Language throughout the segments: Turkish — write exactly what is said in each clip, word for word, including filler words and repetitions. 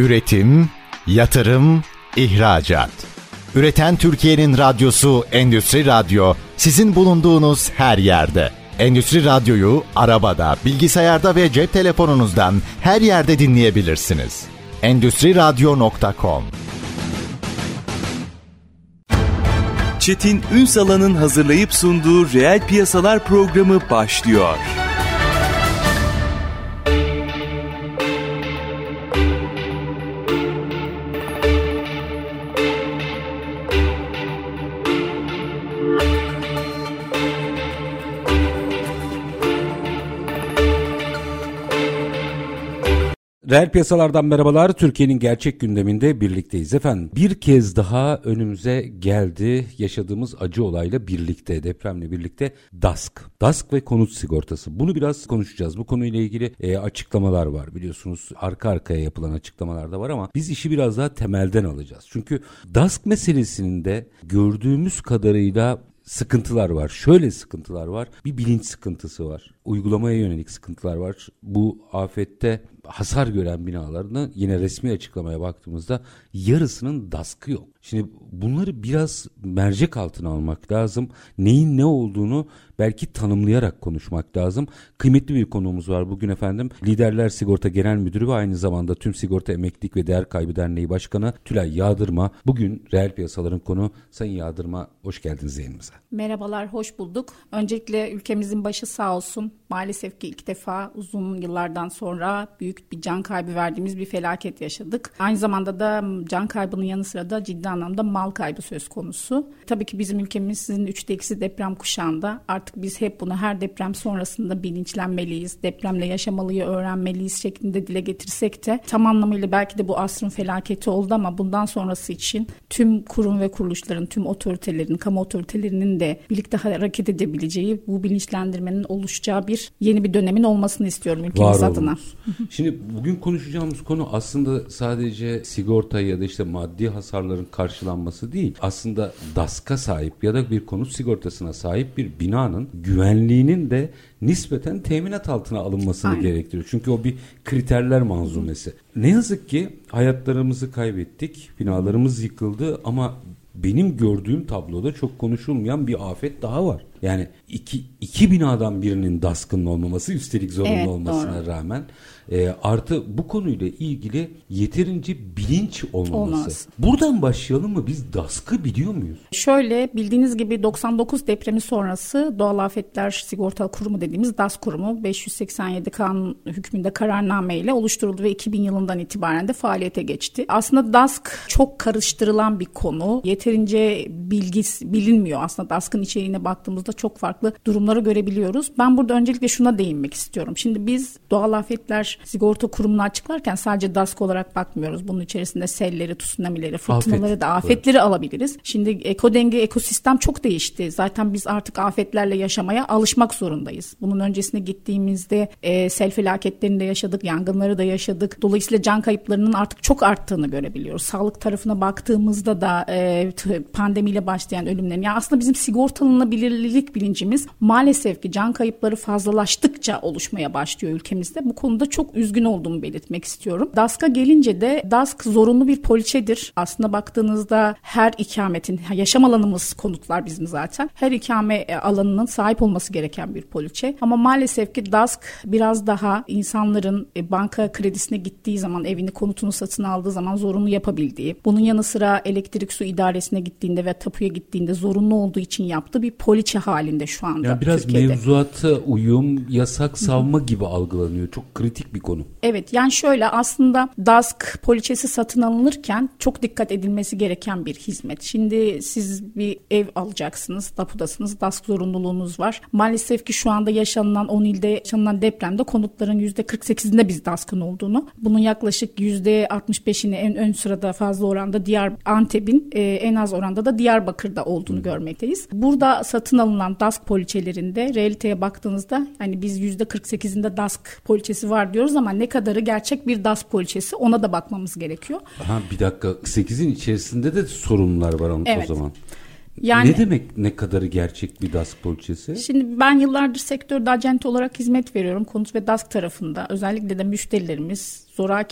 Üretim, yatırım, ihracat. Üreten Türkiye'nin radyosu Endüstri Radyo, sizin bulunduğunuz her yerde. Endüstri Radyo'yu arabada, bilgisayarda ve cep telefonunuzdan her yerde dinleyebilirsiniz. endüstri radyo nokta com. Çetin Ünsal'ın hazırlayıp sunduğu Reel Piyasalar programı başlıyor. Reel piyasalardan merhabalar. Türkiye'nin gerçek gündeminde birlikteyiz efendim. Bir kez daha önümüze geldi yaşadığımız acı olayla birlikte, depremle birlikte DASK. DASK ve konut sigortası. Bunu biraz konuşacağız. Bu konuyla ilgili e, açıklamalar var biliyorsunuz. Arka arkaya yapılan açıklamalar da var ama biz işi biraz daha temelden alacağız. Çünkü DASK meselesinin de gördüğümüz kadarıyla sıkıntılar var. Şöyle sıkıntılar var. Bir bilinç sıkıntısı var. Uygulamaya yönelik sıkıntılar var. Bu afette hasar gören binalarını yine resmi açıklamaya baktığımızda yarısının DASK'ı yok. Şimdi bunları biraz mercek altına almak lazım. Neyin ne olduğunu belki tanımlayarak konuşmak lazım. Kıymetli bir konuğumuz var bugün efendim. Liderler Sigorta Genel Müdürü ve aynı zamanda Tüm Sigorta Emeklilik ve Değer Kaybı Derneği Başkanı Tülay Yağdırma. Bugün reel piyasaların konu. Sayın Yağdırma, hoş geldiniz yayınımıza. Merhabalar, hoş bulduk. Öncelikle ülkemizin başı sağ olsun. Maalesef ki ilk defa uzun yıllardan sonra büyük bir can kaybı verdiğimiz bir felaket yaşadık. Aynı zamanda da can kaybının yanı sıra da ciddi anlamda mal kaybı söz konusu. Tabii ki bizim ülkemizin üçte ikisi deprem kuşağında. Artık biz hep bunu her deprem sonrasında bilinçlenmeliyiz. Depremle yaşamalıyı öğrenmeliyiz şeklinde dile getirsek de tam anlamıyla belki de bu asrın felaketi oldu ama bundan sonrası için tüm kurum ve kuruluşların, tüm otoritelerin, kamu otoritelerinin de birlikte hareket edebileceği, bu bilinçlendirmenin oluşacağı bir yeni bir dönemin olmasını istiyorum ülkemiz adına. Şimdi bugün konuşacağımız konu aslında sadece sigorta ya da işte maddi hasarların karşılanması değil. Aslında DASK'a sahip ya da bir konut sigortasına sahip bir binanın güvenliğinin de nispeten teminat altına alınmasını Aynen. gerektiriyor. Çünkü o bir kriterler manzumesi. Ne yazık ki hayatlarımızı kaybettik, binalarımız yıkıldı ama benim gördüğüm tabloda çok konuşulmayan bir afet daha var. Yani iki, iki binadan birinin DASK'ının olmaması, üstelik zorunlu evet, olmasına doğru. rağmen e, artı bu konuyla ilgili yeterince bilinç olmaması. Olmaz. Buradan başlayalım mı? Biz DASK'ı biliyor muyuz? Şöyle, bildiğiniz gibi doksan dokuz depremi sonrası Doğal Afetler Sigorta Kurumu dediğimiz DASK kurumu beş yüz seksen yedi kanun hükmünde kararname ile oluşturuldu ve iki bin yılından itibaren de faaliyete geçti. Aslında DASK çok karıştırılan bir konu. Yeterince bilgisi bilinmiyor. Aslında DASK'ın içeriğine baktığımızda çok farklı durumları görebiliyoruz. Ben burada öncelikle şuna değinmek istiyorum. Şimdi biz Doğal Afetler Sigorta Kurumu'nu açıklarken sadece DASK olarak bakmıyoruz. Bunun içerisinde selleri, tsunamileri, fırtınaları Afet. da afetleri evet. alabiliriz. Şimdi ekodenge, ekosistem çok değişti. Zaten biz artık afetlerle yaşamaya alışmak zorundayız. Bunun öncesine gittiğimizde e, sel felaketlerini de yaşadık, yangınları da yaşadık. Dolayısıyla can kayıplarının artık çok arttığını görebiliyoruz. Sağlık tarafına baktığımızda da e, pandemiyle başlayan ölümlerin. Yani aslında bizim sigortalanabilirlik bilincimiz maalesef ki can kayıpları fazlalaştıkça oluşmaya başlıyor ülkemizde. Bu konuda çok üzgün olduğumu belirtmek istiyorum. DASK'a gelince de DASK zorunlu bir poliçedir. Aslında baktığınızda her ikametin, yaşam alanımız konutlar bizim zaten. Her ikame alanının sahip olması gereken bir poliçe. Ama maalesef ki DASK biraz daha insanların banka kredisine gittiği zaman, evini, konutunu satın aldığı zaman zorunlu yapabildiği, bunun yanı sıra elektrik su idaresine gittiğinde ve tapuya gittiğinde zorunlu olduğu için yaptığı bir poliçe halinde şu anda yani biraz Türkiye'de. Mevzuata uyum, yasak savma Hı-hı. gibi algılanıyor. Çok kritik bir konu. Evet, yani şöyle aslında DASK poliçesi satın alınırken çok dikkat edilmesi gereken bir hizmet. Şimdi siz bir ev alacaksınız, tapudasınız, DASK zorunluluğunuz var. Maalesef ki şu anda yaşanılan on ilde yaşanılan depremde konutların yüzde kırk sekizinde biz DASK'ın olduğunu, bunun yaklaşık yüzde altmış beşini en ön sırada fazla oranda Diyar Antep'in e, en az oranda da Diyarbakır'da olduğunu Hı. görmekteyiz. Burada satın alınan DASK poliçelerinde realiteye baktığınızda hani biz yüzde kırk sekizinde DASK poliçesi var diyoruz ama ne kadarı gerçek bir DASK poliçesi ona da bakmamız gerekiyor. Aha, bir dakika, sekizin içerisinde de sorunlar var evet. o zaman. Yani, ne demek ne kadarı gerçek bir DASK poliçesi? Şimdi ben yıllardır sektörde acente olarak hizmet veriyorum konut ve DASK tarafında. Özellikle de müşterilerimiz zoraki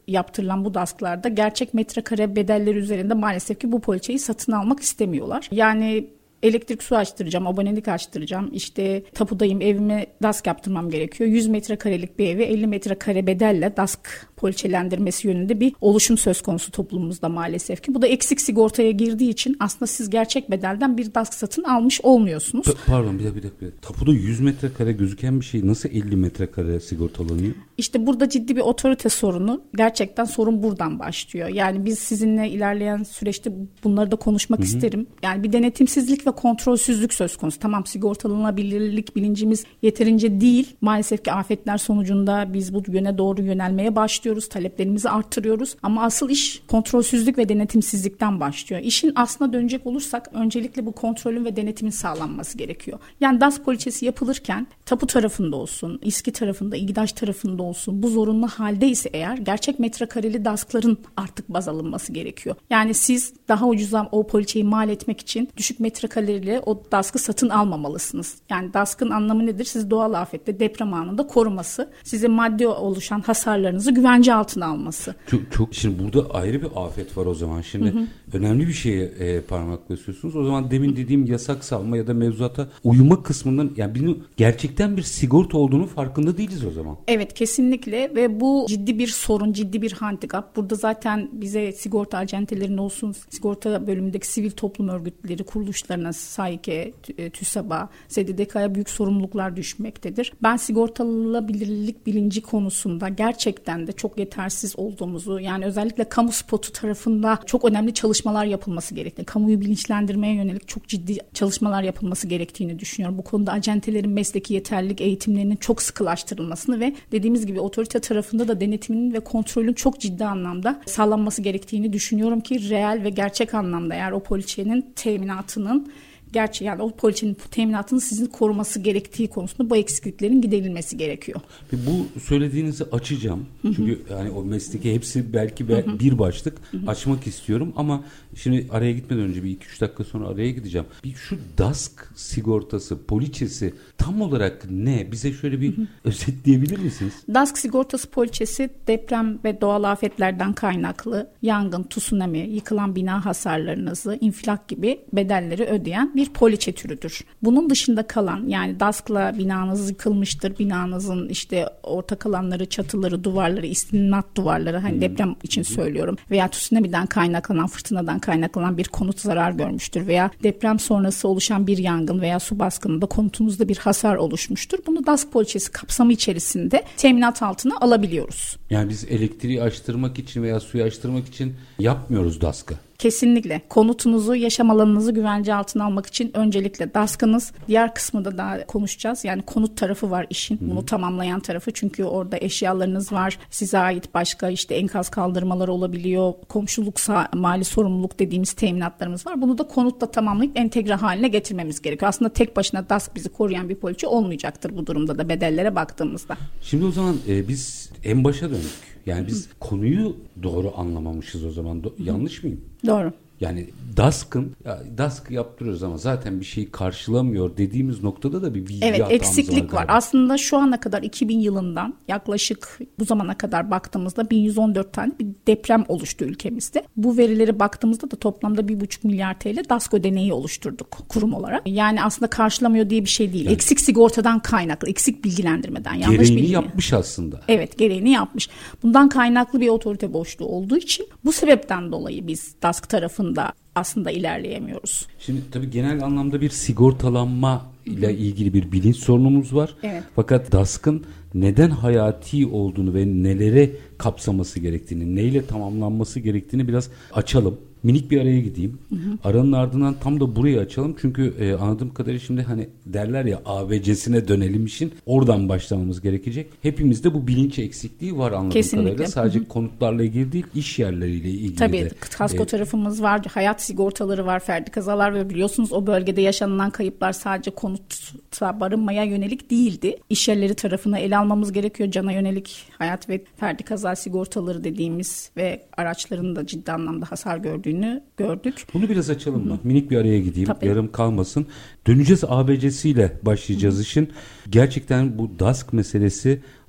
yaptırılan bu dasklarda gerçek metrekare bedelleri üzerinde maalesef ki bu poliçeyi satın almak istemiyorlar. Yani elektrik su açtıracağım, abonelik açtıracağım, işte tapudayım, evime dask yaptırmam gerekiyor. yüz metrekarelik bir evi elli metrekare bedelle dask poliçelendirmesi yönünde bir oluşum söz konusu toplumumuzda maalesef ki. Bu da eksik sigortaya girdiği için aslında siz gerçek bedelden bir dask satın almış olmuyorsunuz. Pa- pardon bir dakika bir dakika. Tapuda yüz metrekare gözüken bir şey nasıl elli metrekare sigortalanıyor? İşte burada ciddi bir otorite sorunu. Gerçekten sorun buradan başlıyor. Yani biz sizinle ilerleyen süreçte bunları da konuşmak Hı-hı. isterim. Yani bir denetimsizlik ve kontrolsüzlük söz konusu. Tamam, sigortalanabilirlik bilincimiz yeterince değil. Maalesef ki afetler sonucunda biz bu yöne doğru yönelmeye başlıyoruz. Taleplerimizi arttırıyoruz. Ama asıl iş kontrolsüzlük ve denetimsizlikten başlıyor. İşin aslına dönecek olursak öncelikle bu kontrolün ve denetimin sağlanması gerekiyor. Yani dask poliçesi yapılırken tapu tarafında olsun, İSKİ tarafında, İGDAŞ tarafında olsun, bu zorunlu halde ise eğer gerçek metrekareli daskların artık baz alınması gerekiyor. Yani siz daha ucuza o poliçeyi mal etmek için düşük metrekareli o daskı satın almamalısınız. Yani daskın anlamı nedir? Siz doğal afette, deprem anında koruması, size maddi oluşan hasarlarınızı güvence altına alması. Çok, çok şimdi burada ayrı bir afet var o zaman. Şimdi hı hı. önemli bir şeye e, parmak basıyorsunuz. O zaman demin dediğim yasak salma ya da mevzuata uyuma kısmından, yani bizim gerçekten bir sigorta olduğunu farkında değiliz o zaman. Evet, kesinlikle ve bu ciddi bir sorun, ciddi bir handikap. Burada zaten bize sigorta acentelerinin olsun, sigorta bölümündeki sivil toplum örgütleri, kuruluşlarına, SAİK'e, TÜSAB'a, S D D K'ya büyük sorumluluklar düşmektedir. Ben sigortalanabilirlik bilinci konusunda gerçekten de çok yetersiz olduğumuzu, yani özellikle kamu spotu tarafında çok önemli çalışmalar yapılması gerektiğini, kamuyu bilinçlendirmeye yönelik çok ciddi çalışmalar yapılması gerektiğini düşünüyorum. Bu konuda acentelerin mesleki yeterlilik eğitimlerinin çok sıkılaştırılmasını ve dediğimiz gibi otorite tarafında da denetimin ve kontrolün çok ciddi anlamda sağlanması gerektiğini düşünüyorum ki reel ve gerçek anlamda eğer o poliçenin teminatının gerçi yani o poliçenin teminatını sizin koruması gerektiği konusunda bu eksikliklerin giderilmesi gerekiyor. Bu söylediğinizi açacağım. Hı-hı. Çünkü yani o mesleki hepsi belki Hı-hı. bir başlık Hı-hı. açmak istiyorum ama şimdi araya gitmeden önce bir iki üç dakika sonra araya gideceğim. Bir şu dask sigortası, poliçesi tam olarak ne? Bize şöyle bir Hı-hı. özetleyebilir misiniz? dask sigortası poliçesi deprem ve doğal afetlerden kaynaklı yangın, tsunami, yıkılan bina hasarlarınızı, infilak gibi bedelleri ödeyen bir bir poliçe türüdür. Bunun dışında kalan, yani daskla binanız yıkılmıştır, binanızın işte orta kalanları, çatıları, duvarları, istinat duvarları, hani hmm. deprem için hmm. söylüyorum, veya tsunami'den kaynaklanan, fırtınadan kaynaklanan bir konut zarar görmüştür veya deprem sonrası oluşan bir yangın veya su baskınında konutunuzda bir hasar oluşmuştur. Bunu dask poliçesi kapsamı içerisinde teminat altına alabiliyoruz. Yani biz elektriği açtırmak için veya suyu açtırmak için yapmıyoruz daskı. Kesinlikle. Konutunuzu, yaşam alanınızı güvence altına almak için öncelikle daskınız. Diğer kısmı da daha konuşacağız. Yani konut tarafı var işin. Hı. Bunu tamamlayan tarafı. Çünkü orada eşyalarınız var. Size ait başka işte enkaz kaldırmaları olabiliyor. Komşuluk, mali sorumluluk dediğimiz teminatlarımız var. Bunu da konutla tamamlayıp entegre haline getirmemiz gerekiyor. Aslında tek başına dask bizi koruyan bir poliçe olmayacaktır bu durumda da bedellere baktığımızda. Şimdi o zaman e, biz en başa döndük. Yani biz Hı. konuyu doğru anlamamışız o zaman. Do- yanlış mıyım? Doğru. Yani daskın, ya dask yaptırıyoruz ama zaten bir şeyi karşılamıyor dediğimiz noktada da bir bilgi evet, hatamız eksiklik var. var. Aslında şu ana kadar iki bin yılından yaklaşık bu zamana kadar baktığımızda bin yüz on dört tane bir deprem oluştu ülkemizde. Bu verilere baktığımızda da toplamda bir buçuk milyar T L dask ödeneği oluşturduk kurum olarak. Yani aslında karşılamıyor diye bir şey değil. Evet. Eksik sigortadan kaynaklı, eksik bilgilendirmeden, yanlış bilgi. Gereğini yapmış aslında. Evet, gereğini yapmış. Bundan kaynaklı bir otorite boşluğu olduğu için bu sebepten dolayı biz dask tarafında aslında ilerleyemiyoruz. Şimdi tabii genel anlamda bir sigortalanma ile ilgili bir bilinç sorunumuz var. Evet. Fakat daskın neden hayati olduğunu ve nelere kapsaması gerektiğini, neyle tamamlanması gerektiğini biraz açalım. Minik bir araya gideyim. Hı hı. Aranın ardından tam da burayı açalım. Çünkü e, anladığım kadarıyla şimdi hani derler ya A B C'sine dönelim işin. Oradan başlamamız gerekecek. Hepimizde bu bilinç eksikliği var anladığım Kesinlikle. kadarıyla. Sadece hı hı. konutlarla ilgili değil, iş yerleriyle ilgili Tabii, de. Tabii kasko e, tarafımız var, hayat sigortaları var, ferdi kazalar ve biliyorsunuz o bölgede yaşanılan kayıplar sadece konutta barınmaya yönelik değildi. İş yerleri tarafına ele almamız gerekiyor. Cana yönelik hayat ve ferdi kaza sigortaları dediğimiz ve araçların da ciddi anlamda hasar gördüğü gördük. Bunu biraz açalım mı? Minik bir araya gideyim. Tabii. Yarım kalmasın. Döneceğiz A B C'siyle başlayacağız Hı. işin. Gerçekten bu dask meselesi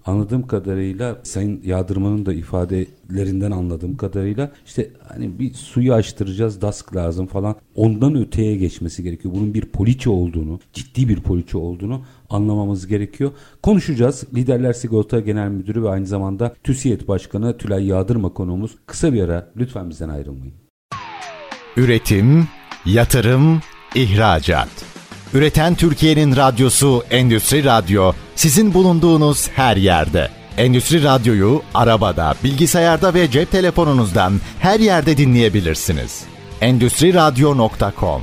anladığım kadarıyla Sayın Yağdırman'ın da ifadelerinden anladığım kadarıyla işte hani bir suyu açtıracağız, DASK lazım falan, ondan öteye geçmesi gerekiyor. Bunun bir poliçe olduğunu, ciddi bir poliçe olduğunu anlamamız gerekiyor. Konuşacağız. Liderler Sigorta Genel Müdürü ve aynı zamanda TÜSİAD Başkanı Tülay Yağdırma konuğumuz. Kısa bir ara, lütfen bizden ayrılmayın. Üretim, yatırım, ihracat. Üreten Türkiye'nin radyosu Endüstri Radyo, sizin bulunduğunuz her yerde. Endüstri Radyo'yu arabada, bilgisayarda ve cep telefonunuzdan her yerde dinleyebilirsiniz. endüstri radyo nokta com.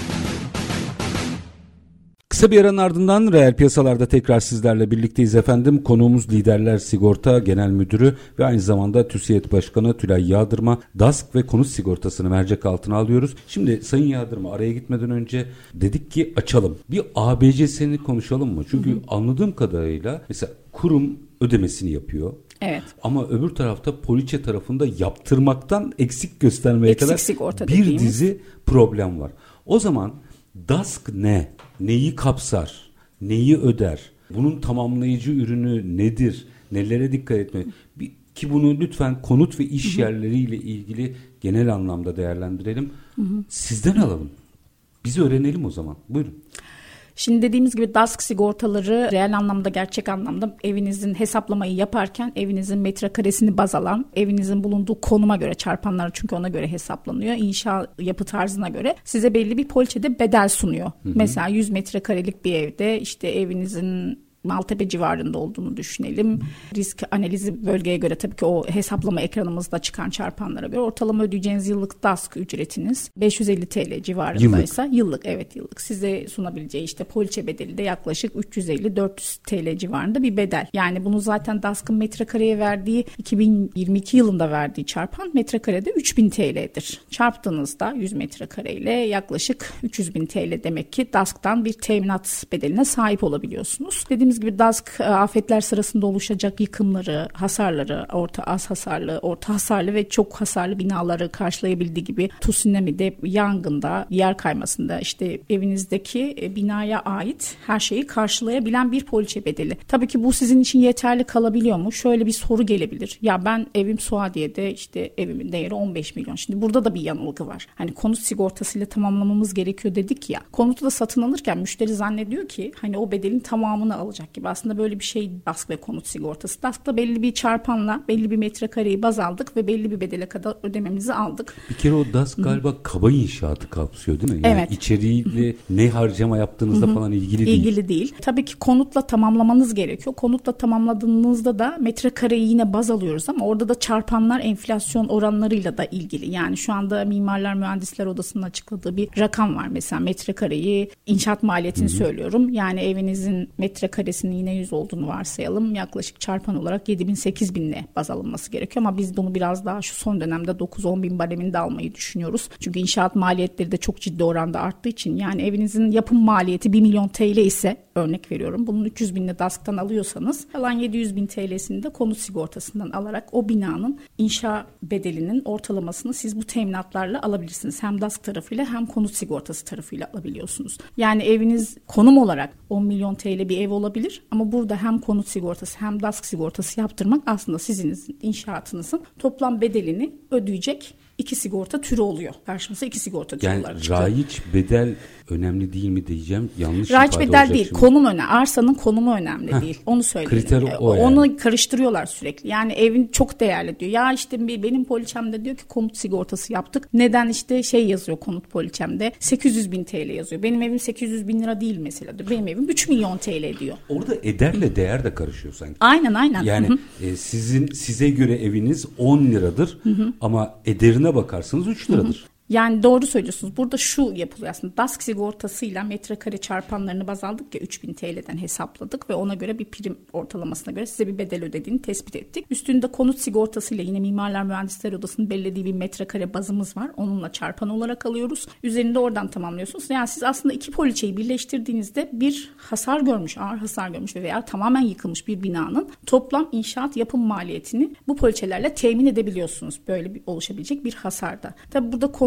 Kısa bir aranın ardından reel piyasalarda tekrar sizlerle birlikteyiz efendim. Konuğumuz Liderler Sigorta Genel Müdürü ve aynı zamanda TÜSİAD Başkanı Tülay Yağdırma. DASK ve konut sigortasını mercek altına alıyoruz. Şimdi Sayın Yağdırma, araya gitmeden önce dedik ki açalım. Bir A B C'sini konuşalım mı? Çünkü hı hı. anladığım kadarıyla mesela kurum ödemesini yapıyor. Evet. Ama öbür tarafta poliçe tarafında yaptırmaktan eksik göstermeye eksik kadar bir dediğimiz dizi problem var. O zaman DASK ne? Neyi kapsar? Neyi öder? Bunun tamamlayıcı ürünü nedir? Nelere dikkat etmeli? Bir, ki bunu lütfen konut ve iş yerleriyle ilgili genel anlamda değerlendirelim. Hı hı. Sizden alalım. Biz öğrenelim o zaman. Buyurun. Şimdi dediğimiz gibi DASK sigortaları reel anlamda, gerçek anlamda evinizin hesaplamayı yaparken evinizin metrekaresini baz alan, evinizin bulunduğu konuma göre, çarpanları çünkü ona göre hesaplanıyor. İnşa yapı tarzına göre size belli bir poliçede bedel sunuyor. Hı hı. Mesela yüz metrekarelik bir evde işte evinizin Maltepe civarında olduğunu düşünelim. Risk analizi bölgeye göre, tabii ki o hesaplama ekranımızda çıkan çarpanlara göre ortalama ödeyeceğiniz yıllık DASK ücretiniz beş yüz elli TL civarındaysa yıllık, yıllık evet yıllık size sunabileceği işte poliçe bedeli de yaklaşık üç yüz elli dört yüz TL civarında bir bedel. Yani bunu zaten DASK'ın metrekareye verdiği, iki bin yirmi iki yılında verdiği çarpan metrekarede üç bin TL'dir. Çarptığınızda yüz metrekareyle yaklaşık üç yüz bin TL demek ki DASK'tan bir teminat bedeline sahip olabiliyorsunuz. Dediğimiz gibi DASK afetler sırasında oluşacak yıkımları, hasarları, orta az hasarlı, orta hasarlı ve çok hasarlı binaları karşılayabildiği gibi tsunami'de, yangında, yer kaymasında işte evinizdeki binaya ait her şeyi karşılayabilen bir poliçe bedeli. Tabii ki bu sizin için yeterli kalabiliyor mu? Şöyle bir soru gelebilir. Ya ben evim Suadiye'de, işte evimin değeri on beş milyon. Şimdi burada da bir yanılgı var. Hani konut sigortasıyla tamamlamamız gerekiyor dedik ya. Konutu da satın alırken müşteri zannediyor ki hani o bedelin tamamını alacak gibi. Aslında böyle bir şey DASK ve konut sigortası. DASK'ta belli bir çarpanla belli bir metrekareyi baz aldık ve belli bir bedele kadar ödememizi aldık. Bir kere o DASK galiba Hı-hı. kaba inşaatı kapsıyor değil mi? Yani evet. İçeriğiyle ne harcama yaptığınızda Hı-hı. falan ilgili değil. İlgili değil. Tabii ki konutla tamamlamanız gerekiyor. Konutla tamamladığınızda da metrekareyi yine baz alıyoruz ama orada da çarpanlar enflasyon oranlarıyla da ilgili. Yani şu anda Mimarlar Mühendisler Odası'nın açıkladığı bir rakam var. Mesela metrekareyi, inşaat maliyetini Hı-hı. söylüyorum. Yani evinizin metrekaresinin yine yüz olduğunu varsayalım. Yaklaşık çarpan olarak yedi bin sekiz binle baz alınması gerekiyor ama biz bunu biraz daha şu son dönemde dokuz on bin bareminde almayı düşünüyoruz. Çünkü inşaat maliyetleri de çok ciddi oranda arttığı için, yani evinizin yapım maliyeti bir milyon T L ise, örnek veriyorum, bunun üç yüz binini DASK'tan alıyorsanız kalan yedi yüz bin T L'sini de konut sigortasından alarak o binanın inşa bedelinin ortalamasını siz bu teminatlarla alabilirsiniz. Hem DASK tarafıyla hem konut sigortası tarafıyla alabiliyorsunuz. Yani eviniz konum olarak on milyon T L bir ev olabilir ama burada hem konut sigortası hem DASK sigortası yaptırmak aslında sizin inşaatınızın toplam bedelini ödeyecek iki sigorta türü oluyor. Karşımıza iki sigorta türü olarak çıkıyor. Yani raiç bedel önemli değil mi diyeceğim. Yanlış raiç ifade bedel değil. Şimdi. Konum önemli. Arsanın konumu önemli Heh, değil. Onu söyleyeyim. Kriter o yani. Onu karıştırıyorlar sürekli. Yani evin çok değerli diyor. Ya işte benim poliçemde diyor ki konut sigortası yaptık. Neden işte şey yazıyor konut poliçemde? sekiz yüz bin T L yazıyor. Benim evim sekiz yüz bin lira değil mesela diyor. Benim evim üç milyon T L diyor. Orada ederle değer de karışıyor sanki. Aynen aynen. Yani e, sizin size göre eviniz on liradır Hı-hı. ama ederine bakarsanız üç liradır. Hı-hı. Yani doğru söylüyorsunuz. Burada şu yapılıyor aslında. DASK sigortasıyla metrekare çarpanlarını baz aldık ya, üç bin T L'den hesapladık ve ona göre bir prim ortalamasına göre size bir bedel ödediğini tespit ettik. Üstünde konut sigortasıyla yine Mimarlar Mühendisler Odası'nın belirlediği bir metrekare bazımız var. Onunla çarpan olarak alıyoruz. Üzerinde oradan tamamlıyorsunuz. Yani siz aslında iki poliçeyi birleştirdiğinizde bir hasar görmüş, ağır hasar görmüş veya tamamen yıkılmış bir binanın toplam inşaat yapım maliyetini bu poliçelerle temin edebiliyorsunuz. Böyle bir oluşabilecek bir hasarda. Tabii burada konut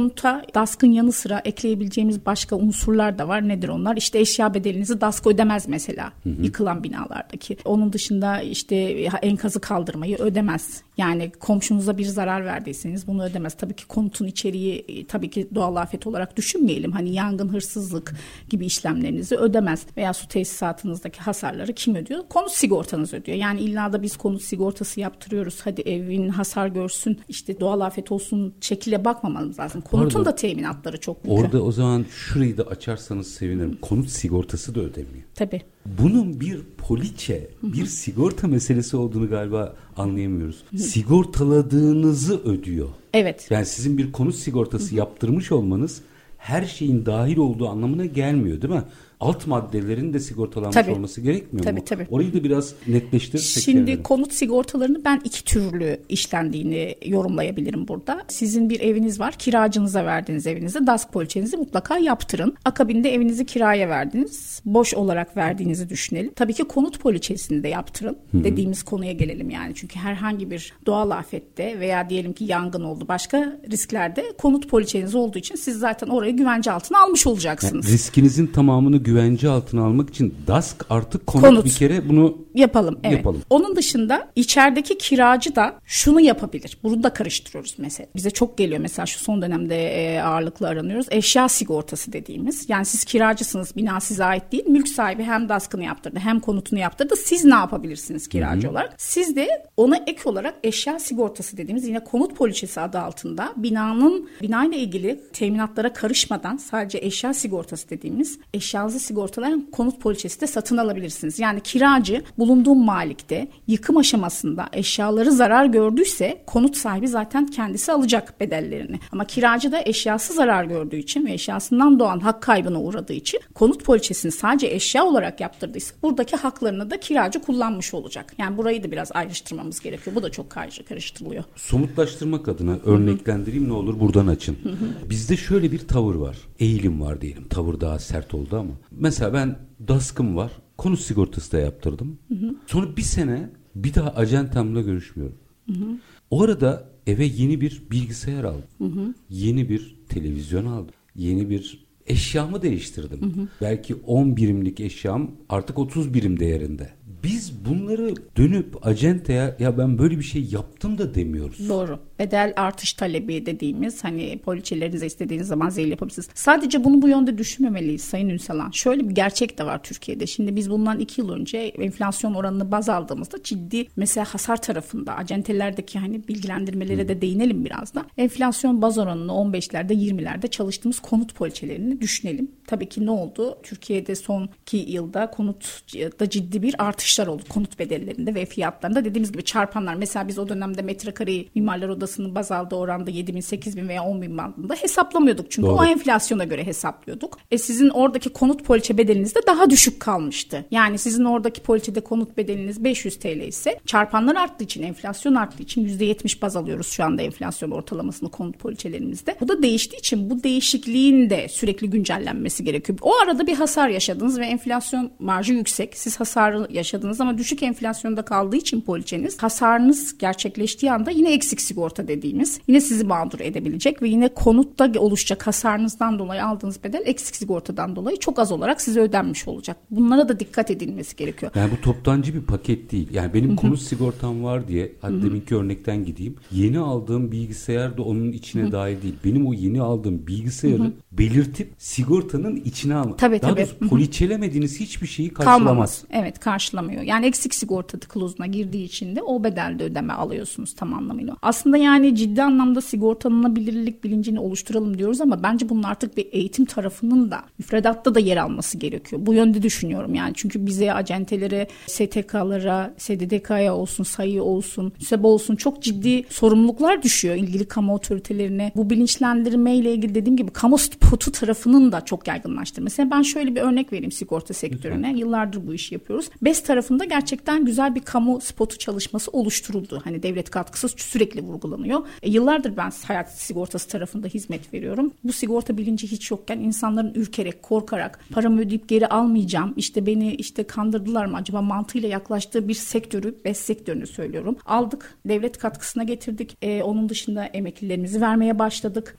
konuta D A S K'ın yanı sıra ekleyebileceğimiz başka unsurlar da var. Nedir onlar? İşte eşya bedelinizi D A S K ödemez mesela, hı hı. yıkılan binalardaki. Onun dışında işte enkazı kaldırmayı ödemez. Yani komşunuza bir zarar verdiyseniz bunu ödemez. Tabii ki konutun içeriği tabii ki doğal afet olarak düşünmeyelim. Hani yangın, hırsızlık gibi işlemlerinizi ödemez. Veya su tesisatınızdaki hasarları kim ödüyor? Konut sigortanız ödüyor. Yani illa da biz konut sigortası yaptırıyoruz. Hadi evin hasar görsün, işte doğal afet olsun şekilde bakmamamız lazım. Konutun Pardon, da teminatları çok büyük. Orada o zaman şurayı da açarsanız sevinirim. Konut sigortası da ödemiyor. Tabii. Bunun bir poliçe, bir sigorta meselesi olduğunu galiba anlayamıyoruz. Sigortaladığınızı ödüyor. Evet. Yani sizin bir konut sigortası yaptırmış olmanız her şeyin dahil olduğu anlamına gelmiyor, değil mi? Alt maddelerin de sigortalanmış tabii. olması gerekmiyor tabii, mu? Tabii. Orayı da biraz netleştirirsek. Şimdi yani. Konut sigortalarını ben iki türlü işlendiğini yorumlayabilirim burada. Sizin bir eviniz var. Kiracınıza verdiğiniz evinizi, D A S K poliçenizi mutlaka yaptırın. Akabinde evinizi kiraya verdiniz. Boş olarak verdiğinizi düşünelim. Tabii ki konut poliçesini de yaptırın. Hı-hı. Dediğimiz konuya gelelim yani. Çünkü herhangi bir doğal afette veya diyelim ki yangın oldu, başka risklerde konut poliçeniz olduğu için siz zaten orayı güvence altına almış olacaksınız. Yani riskinizin tamamını güvence altına almak için D A S K artık konut, konut. bir kere bunu yapalım. Evet. yapalım. Onun dışında içerideki kiracı da şunu yapabilir. Bunu da karıştırıyoruz mesela. Bize çok geliyor mesela şu son dönemde e, ağırlıklı aranıyoruz. Eşya sigortası dediğimiz. Yani siz kiracısınız. Bina size ait değil. Mülk sahibi hem D A S K'ını yaptırdı hem konutunu yaptırdı. Siz ne yapabilirsiniz kiracı Hı-hı. olarak? Siz de ona ek olarak eşya sigortası dediğimiz yine konut poliçesi adı altında binanın binayla ilgili teminatlara karışmadan sadece eşya sigortası dediğimiz eşyanızı sigortalayan konut poliçesi de satın alabilirsiniz. Yani kiracı bulunduğu malikte yıkım aşamasında eşyaları zarar gördüyse konut sahibi zaten kendisi alacak bedellerini. Ama kiracı da eşyası zarar gördüğü için ve eşyasından doğan hak kaybına uğradığı için konut poliçesini sadece eşya olarak yaptırdıysa buradaki haklarını da kiracı kullanmış olacak. Yani burayı da biraz ayrıştırmamız gerekiyor. Bu da çok karıştırılıyor. Somutlaştırmak adına örneklendireyim, ne olur buradan açın. Hı hı. Bizde şöyle bir tavır var. Eğilim var diyelim. Tavır daha sert oldu ama. Mesela ben D A S K'ım var. Konut sigortası da yaptırdım. Hı hı. Sonra bir sene bir daha acentemle görüşmüyorum. Hı hı. O arada eve yeni bir bilgisayar aldım. Hı hı. Yeni bir televizyon aldım. Yeni bir eşyamı değiştirdim. Hı hı. Belki on birimlik eşyam artık otuz birim değerinde. Biz bunları dönüp acenteye ya ben böyle bir şey yaptım da demiyoruz. Doğru. Bedel artış talebi dediğimiz, hani poliçelerinize istediğiniz zaman zeyil yapabilirsiniz. Sadece bunu bu yönde düşünmemeliyiz Sayın Ünsalan. Şöyle bir gerçek de var Türkiye'de. Şimdi biz bundan iki yıl önce enflasyon oranını baz aldığımızda ciddi mesela hasar tarafında acentelerdeki hani bilgilendirmelere de değinelim biraz da. Enflasyon baz oranını on beşlerde yirmilerde çalıştığımız konut poliçelerini düşünelim. Tabii ki ne oldu? Türkiye'de son iki yılda konutta ciddi bir artışlar oldu. Konut bedellerinde ve fiyatlarında dediğimiz gibi çarpanlar. Mesela biz o dönemde metrekareyi Mimarlar Odası'nın baz aldığı oranda yedi bin, sekiz bin veya on bin bandında hesaplamıyorduk. Çünkü Doğru. o enflasyona göre hesaplıyorduk. E sizin oradaki konut poliçe bedeliniz de daha düşük kalmıştı. Yani sizin oradaki poliçede konut bedeliniz beş yüz TL ise çarpanlar arttığı için, enflasyon arttığı için yüzde yetmiş baz alıyoruz şu anda enflasyon ortalamasını konut poliçelerimizde. Bu da değiştiği için bu değişikliğin de sürekli güncellenmesi gerekiyor. O arada bir hasar yaşadınız ve enflasyon marjı yüksek. Siz hasarı yaşadınız ama düşük enflasyonda kaldığı için poliçeniz, hasarınız gerçekleştiği anda yine eksik sigorta dediğimiz yine sizi mağdur edebilecek ve yine konutta oluşacak hasarınızdan dolayı aldığınız bedel eksik sigortadan dolayı çok az olarak size ödenmiş olacak. Bunlara da dikkat edilmesi gerekiyor. Yani bu toptancı bir paket değil. Yani benim Hı-hı. konut sigortam var diye, hadi deminki örnekten gideyim. Yeni aldığım bilgisayar da onun içine Hı-hı. dahil değil. Benim o yeni aldığım bilgisayarı Hı-hı. belirtip sigortanın içine almak. Tabii, Daha tabii. doğrusu poliçelemediğiniz hiçbir şeyi karşılamaz. Kalmamaz. Evet, karşılamıyor. Yani eksik sigorta kluzuna girdiği için de o bedelde ödeme alıyorsunuz tam anlamıyla. Aslında yani ciddi anlamda sigortalanabilirlik bilincini oluşturalım diyoruz ama bence bunun artık bir eğitim tarafının da müfredatta da yer alması gerekiyor. Bu yönde düşünüyorum yani. Çünkü bize acentelere, S T K'lara, S D D K'ya olsun, sayı olsun, TÜSEB olsun çok ciddi sorumluluklar düşüyor ilgili kamu otoritelerine. Bu bilinçlendirme ile ilgili dediğim gibi kamu spotu tarafının da çok yaygınlaştırması. Mesela ben şöyle bir örnek vereyim sigorta sektörüne. Lütfen. Yıllardır bu işi yapıyoruz. B E S tarafında gerçekten güzel bir kamu spotu çalışması oluşturuldu. Hani devlet katkısı sürekli vurgulanıyor. E, yıllardır ben hayat sigortası tarafında hizmet veriyorum. Bu sigorta bilinci hiç yokken insanların ürkerek, korkarak, paramı ödeyip geri almayacağım, İşte beni işte kandırdılar mı acaba mantığıyla yaklaştığı bir sektörü, B E S sektörünü söylüyorum. Aldık, devlet katkısına getirdik. E, onun dışında emeklilerimizi vermeye başladık. E,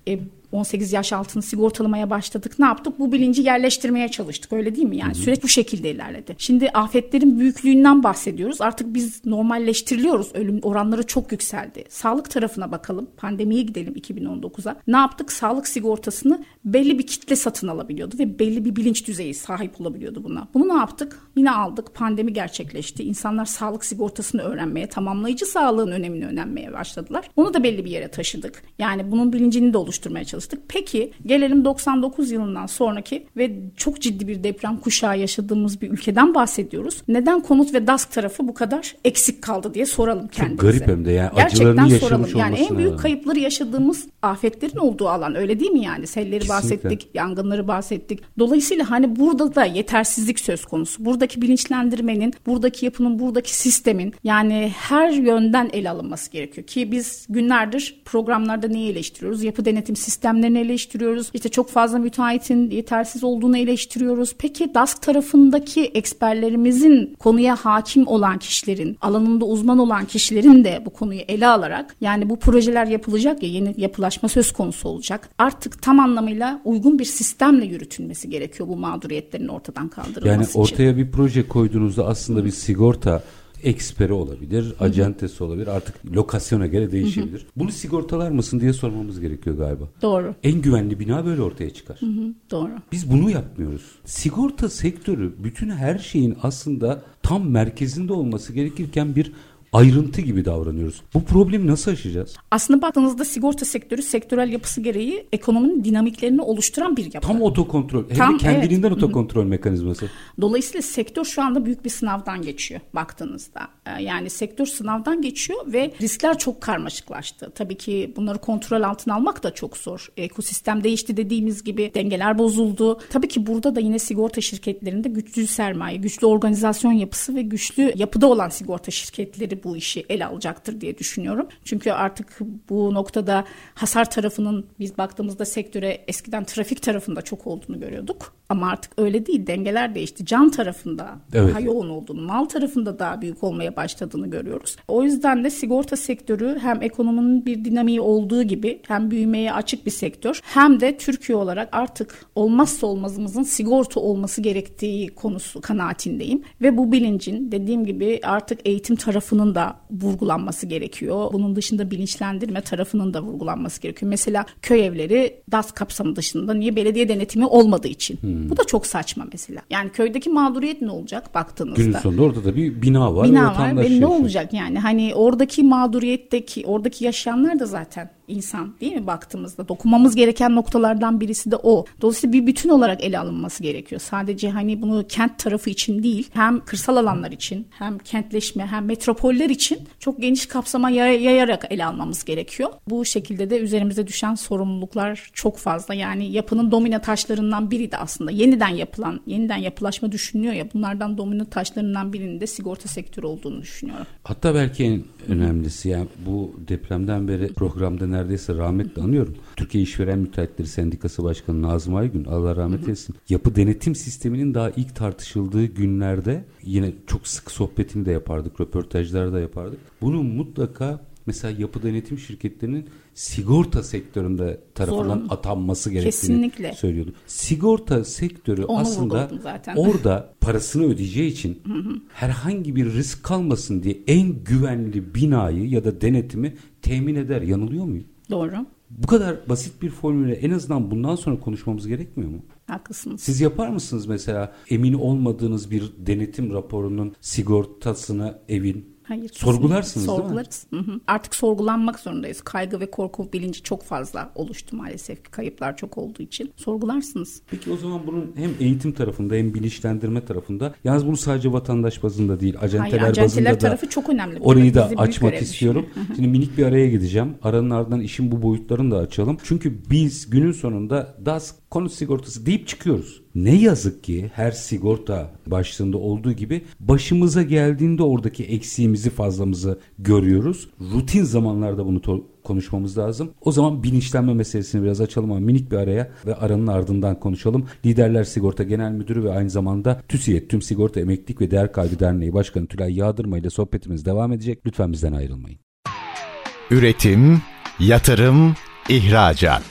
on sekiz yaş altını sigortalamaya başladık. Ne yaptık? Bu bilinci yerleştirmeye çalıştık. Öyle değil mi? Yani Hı-hı. süreç bu şekilde ilerledi. Şimdi afetlerin büyüklüğünden bahsediyoruz. Artık biz normalleştiriliyoruz. Ölüm oranları çok yükseldi. Sağlık tarafına bakalım. Pandemiye gidelim iki bin on dokuza. Ne yaptık? Sağlık sigortasını belli bir kitle satın alabiliyordu ve belli bir bilinç düzeyi sahip olabiliyordu buna. Bunu ne yaptık? Yine aldık. Pandemi gerçekleşti. İnsanlar sağlık sigortasını öğrenmeye, tamamlayıcı sağlığın önemini öğrenmeye başladılar. Onu da belli bir yere taşıdık. Yani bunun bilincini de oluşturmaya çalıştık. Peki gelelim doksan dokuz yılından sonraki ve çok ciddi bir deprem kuşağı yaşadığımız bir ülkeden bahsediyoruz. Neden konut ve DASK tarafı bu kadar eksik kaldı diye soralım kendimize. Çok garip hem de yani acılarını yaşamış olmasına. Yani en büyük kayıpları yaşadığımız afetlerin olduğu alan, öyle değil mi yani? Selleri Kesinlikle. bahsettik, yangınları bahsettik. Dolayısıyla hani burada da yetersizlik söz konusu. Buradaki bilinçlendirmenin, buradaki yapının, buradaki sistemin yani her yönden ele alınması gerekiyor ki biz günlerdir programlarda neyi eleştiriyoruz? Yapı denetim sistemlerini eleştiriyoruz. İşte çok fazla müteahhitin yetersiz olduğunu eleştiriyoruz. Peki DASK tarafındaki eksperlerimizin, konuya hakim olan kişilerin, alanında uzman olan kişilerin de bu konuyu ele alarak yani bu projeler yapılacak ya, yeni yapılaşma söz konusu olacak. Artık tam anlamıyla uygun bir sistemle yürütülmesi gerekiyor bu mağduriyetlerin ortadan kaldırılması yani için. Yani ortaya bir proje koyduğunuzda aslında bir sigorta eksperi olabilir, Hı-hı. acentesi olabilir. Artık lokasyona göre değişebilir. Hı-hı. Bunu sigortalar mısın diye sormamız gerekiyor galiba. Doğru. En güvenli bina böyle ortaya çıkar. Hı-hı. Doğru. Biz bunu yapmıyoruz. Sigorta sektörü bütün her şeyin aslında tam merkezinde olması gerekirken bir ayrıntı gibi davranıyoruz. Bu problemi nasıl aşacağız? Aslında baktığınızda sigorta sektörü sektörel yapısı gereği ekonominin dinamiklerini oluşturan bir yapı. Tam otokontrol. Hem Tam, de kendiliğinden evet. otokontrol mekanizması. Dolayısıyla sektör şu anda büyük bir sınavdan geçiyor baktığınızda. Yani sektör sınavdan geçiyor ve riskler çok karmaşıklaştı. Tabii ki bunları kontrol altına almak da çok zor. Ekosistem değişti dediğimiz gibi, dengeler bozuldu. Tabii ki burada da yine sigorta şirketlerinde güçlü sermaye, güçlü organizasyon yapısı ve güçlü yapıda olan sigorta şirketleri bu işi ele alacaktır diye düşünüyorum. Çünkü artık bu noktada hasar tarafının biz baktığımızda sektöre eskiden trafik tarafında çok olduğunu görüyorduk. Ama artık öyle değil. Dengeler değişti. Can tarafında evet. daha yoğun olduğunu, mal tarafında daha büyük olmaya başladığını görüyoruz. O yüzden de sigorta sektörü hem ekonominin bir dinamiği olduğu gibi hem büyümeye açık bir sektör hem de Türkiye olarak artık olmazsa olmazımızın sigorta olması gerektiği konusu kanaatindeyim. Ve bu bilincin dediğim gibi artık eğitim tarafının da vurgulanması gerekiyor. Bunun dışında bilinçlendirme tarafının da vurgulanması gerekiyor. Mesela köy evleri DASK kapsamı dışında niye belediye denetimi olmadığı için. Hmm. Bu da çok saçma mesela. Yani köydeki mağduriyet ne olacak baktığınızda? Günün sonunda orada da bir bina var. Bina var ve ne olacak yani? Hani oradaki mağduriyetteki, oradaki yaşayanlar da zaten insan değil mi baktığımızda? Dokunmamız gereken noktalardan birisi de o. Dolayısıyla bir bütün olarak ele alınması gerekiyor. Sadece hani bunu kent tarafı için değil, hem kırsal alanlar için, hem kentleşme, hem metropoller için çok geniş kapsama yayarak ele almamız gerekiyor. Bu şekilde de üzerimize düşen sorumluluklar çok fazla. Yani yapının domino taşlarından biri de aslında yeniden yapılan, yeniden yapılaşma düşünülüyor ya, bunlardan domino taşlarından birinin de sigorta sektörü olduğunu düşünüyorum. Hatta belki en önemlisi yani bu depremden beri programda neredeyse rahmetle anıyorum. Türkiye İşveren Müteahhitleri Sendikası Başkanı Nazım Aygün, Allah rahmet eylesin. Yapı denetim sisteminin daha ilk tartışıldığı günlerde yine çok sık sohbetini de yapardık, röportajlar da yapardık. Bunun mutlaka mesela yapı denetim şirketlerinin sigorta sektöründe tarafından Zorun. atanması gerektiğini Kesinlikle. söylüyordu. Sigorta sektörü Onu aslında orada parasını ödeyeceği için hı hı. herhangi bir risk kalmasın diye en güvenli binayı ya da denetimi temin eder. Yanılıyor muyum? Doğru. Bu kadar basit bir formüle en azından bundan sonra konuşmamız gerekmiyor mu? Haklısınız. Siz yapar mısınız mesela emin olmadığınız bir denetim raporunun sigortasını evin? Hayır. Sorgularsınız Sorgularız. değil mi? Hı hı. Artık sorgulanmak zorundayız. Kaygı ve korku bilinci çok fazla oluştu maalesef. Kayıplar çok olduğu için. Sorgularsınız. Peki o zaman bunun hem eğitim tarafında hem bilinçlendirme tarafında, yalnız bunu sadece vatandaş bazında değil, acenteler, Hayır, acenteler bazında da tarafı çok önemli. Orayı da açmak istiyorum. Şimdi minik bir araya gideceğim. Aranın ardından işin bu boyutlarını da açalım. Çünkü biz günün sonunda DASK konut sigortası deyip çıkıyoruz. Ne yazık ki her sigorta başlığında olduğu gibi başımıza geldiğinde oradaki eksiğimizi, fazlamızı görüyoruz. Rutin zamanlarda bunu to- konuşmamız lazım. O zaman bilinçlenme meselesini biraz açalım ama minik bir araya ve aranın ardından konuşalım. Liderler Sigorta Genel Müdürü ve aynı zamanda TÜSİAD, Tüm Sigorta Emeklilik ve Değer Kaybı Derneği Başkanı Tülay Yağdırma ile sohbetimiz devam edecek. Lütfen bizden ayrılmayın. Üretim, yatırım, ihracat.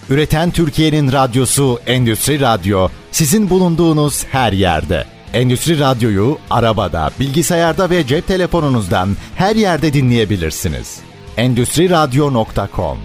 Üreten Türkiye'nin radyosu Endüstri Radyo, sizin bulunduğunuz her yerde. Endüstri Radyo'yu arabada, bilgisayarda ve cep telefonunuzdan her yerde dinleyebilirsiniz. endüstri radyo nokta com.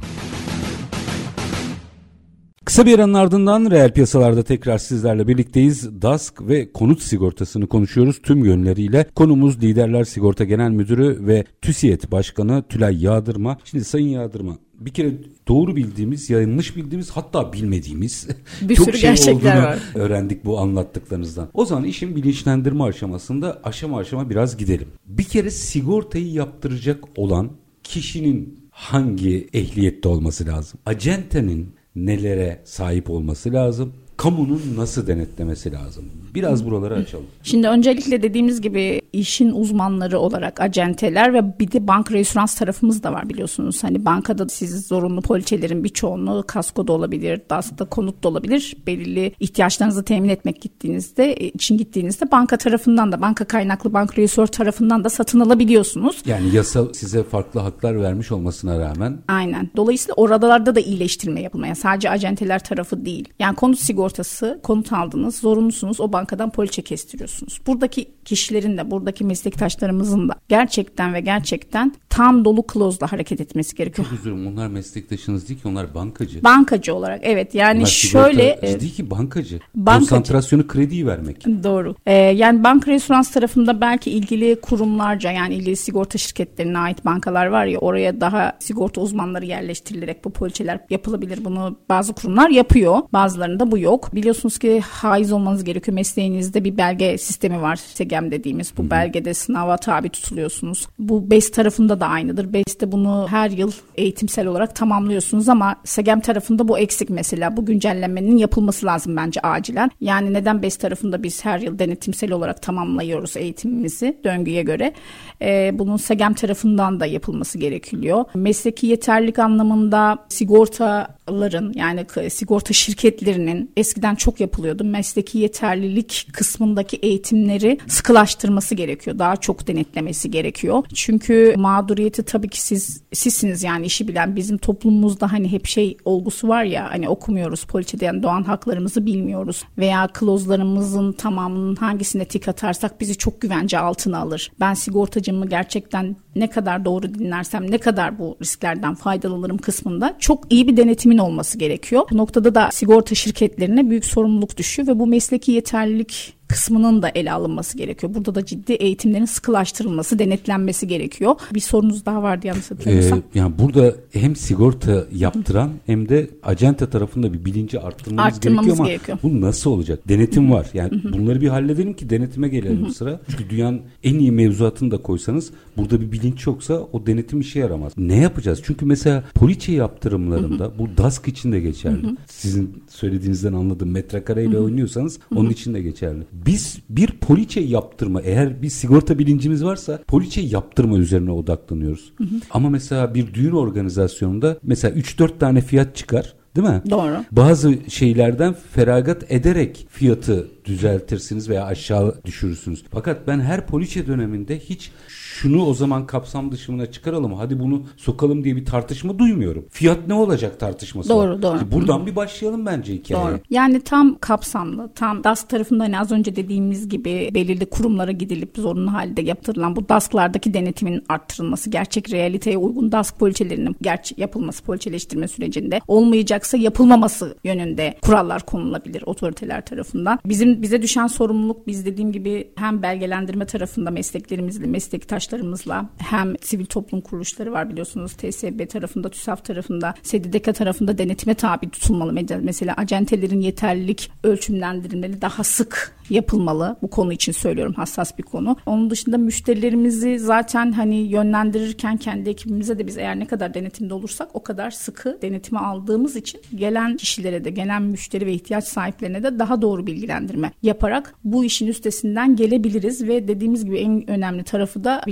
Kısa bir aranın ardından reel piyasalarda tekrar sizlerle birlikteyiz. DASK ve konut sigortasını konuşuyoruz tüm yönleriyle. Konumuz Liderler Sigorta Genel Müdürü ve TÜSİAD Başkanı Tülay Yağdırma. Şimdi Sayın Yağdırma, bir kere doğru bildiğimiz, yanlış bildiğimiz, hatta bilmediğimiz bir çok sürü şey gerçekler olduğunu var. öğrendik bu anlattıklarınızdan. O zaman işin bilinçlendirme aşamasında aşama aşama biraz gidelim. Bir kere sigortayı yaptıracak olan kişinin hangi ehliyette olması lazım? Acentenin nelere sahip olması lazım? Kamunun nasıl denetlemesi lazım? Biraz buraları açalım. Şimdi öncelikle dediğimiz gibi işin uzmanları olarak acenteler ve bir de banka reasürans tarafımız da var biliyorsunuz. Hani bankada siz zorunlu poliçelerin birçoğunu kaskoda olabilir, DASK'ta konut da olabilir. Belirli ihtiyaçlarınızı temin etmek gittiğinizde, için gittiğinizde banka tarafından da, banka kaynaklı banka reasür tarafından da satın alabiliyorsunuz. Yani yasa size farklı haklar vermiş olmasına rağmen. Aynen. Dolayısıyla oralarda da iyileştirme yapılmaya. Sadece acenteler tarafı değil. Yani konut sigortası, konut aldınız, zorunlusunuz, o bankadan poliçe kestiriyorsunuz. Buradaki kişilerin de, buradaki meslektaşlarımızın da gerçekten ve gerçekten tam dolu klozla hareket etmesi gerekiyor. Çok üzülürüm. Onlar meslektaşınız değil ki, onlar bankacı. Bankacı olarak evet. Yani onlar şöyle. Ciddi ki bankacı. bankacı. Konsantrasyonu krediyi vermek. Doğru. Ee, yani banka reasürans tarafında belki ilgili kurumlarca, yani ilgili sigorta şirketlerine ait bankalar var ya, oraya daha sigorta uzmanları yerleştirilerek bu poliçeler yapılabilir. Bunu bazı kurumlar yapıyor. Bazılarında bu yok. Biliyorsunuz ki haiz olmanız gerekiyor. Mesleğinizde bir belge sistemi var. SEGEM dediğimiz. Bu Hı-hı. belgede sınava tabi tutuluyorsunuz. Bu B E S tarafında da aynıdır. B E S'te bunu her yıl eğitimsel olarak tamamlıyorsunuz ama SEGEM tarafında bu eksik mesela. Bu güncellemenin yapılması lazım bence acilen. Yani neden B E S tarafında biz her yıl denetimsel olarak tamamlıyoruz eğitimimizi döngüye göre. Ee, bunun SEGEM tarafından da yapılması gerekiyor. Mesleki yeterlilik anlamında sigortaların, yani sigorta şirketlerinin eskiden çok yapılıyordu. Mesleki yeterlilik kısmındaki eğitimleri sıkılaştırması gerekiyor. Daha çok denetlemesi gerekiyor. Çünkü mağduriyeti tabii ki siz sizsiniz, yani işi bilen. Bizim toplumumuzda hani hep şey olgusu var ya, hani okumuyoruz, poliçeden doğan haklarımızı bilmiyoruz veya klozlarımızın tamamının hangisine tik atarsak bizi çok güvence altına alır. Ben sigortacımı gerçekten ne kadar doğru dinlersem, ne kadar bu risklerden faydalanırım kısmında çok iyi bir denetimin olması gerekiyor. Bu noktada da sigorta şirketlerine büyük sorumluluk düşüyor ve bu mesleki yeterlilik kısmının da ele alınması gerekiyor. Burada da ciddi eğitimlerin sıkılaştırılması, denetlenmesi gerekiyor. Bir sorunuz daha vardı yanlış hatırlamıyorsam. Ee, yani burada hem sigorta yaptıran hem de acente tarafında bir bilinci arttırmamız, arttırmamız gerekiyor ama gerekiyor. Bu nasıl olacak? Denetim var. Yani bunları bir halledelim ki denetime gelelim sıra. Çünkü dünyanın en iyi mevzuatını da koysanız burada bir bilinç yoksa o denetim işe yaramaz. Ne yapacağız? Çünkü mesela poliçe yaptırımlarında bu DASK için de geçerli. Sizin söylediğinizden anladım. Metrekareyle oynuyorsanız onun için de geçerli. Biz bir poliçe yaptırma, eğer bir sigorta bilincimiz varsa poliçe yaptırma üzerine odaklanıyoruz. Hı hı. Ama mesela bir düğün organizasyonunda mesela üç dört tane fiyat çıkar, değil mi? Doğru. Bazı şeylerden feragat ederek fiyatı düzeltirsiniz veya aşağı düşürürsünüz. Fakat ben her poliçe döneminde hiç şunu o zaman kapsam dışına çıkaralım, hadi bunu sokalım diye bir tartışma duymuyorum. Fiyat ne olacak tartışması doğru, var. Doğru, Buradan Hı-hı. bir başlayalım bence hikayeye. Doğru. Yani tam kapsamlı, tam DASK tarafında hani az önce dediğimiz gibi belirli kurumlara gidilip zorunlu halde yaptırılan bu DASK'lardaki denetimin arttırılması, gerçek realiteye uygun DASK poliçelerinin gerçek yapılması, poliçeleştirme sürecinde olmayacaksa yapılmaması yönünde kurallar konulabilir otoriteler tarafından. Bizim bize düşen sorumluluk, biz dediğim gibi hem belgelendirme tarafında mesleklerimizle, meslektaşlarımızla, hem sivil toplum kuruluşları var biliyorsunuz, T S B tarafında, TÜSAF tarafında, S D D K tarafında denetime tabi tutulmalı. Mesela acentelerin yeterlilik ölçümlendirmeleri daha sık yapılmalı. Bu konu için söylüyorum, hassas bir konu. Onun dışında müşterilerimizi zaten hani yönlendirirken kendi ekibimize de biz eğer ne kadar denetimde olursak o kadar sıkı denetime aldığımız için gelen kişilere de, gelen müşteri ve ihtiyaç sahiplerine de daha doğru bilgilendirme yaparak bu işin üstesinden gelebiliriz ve dediğimiz gibi en önemli tarafı da biliyorsunuz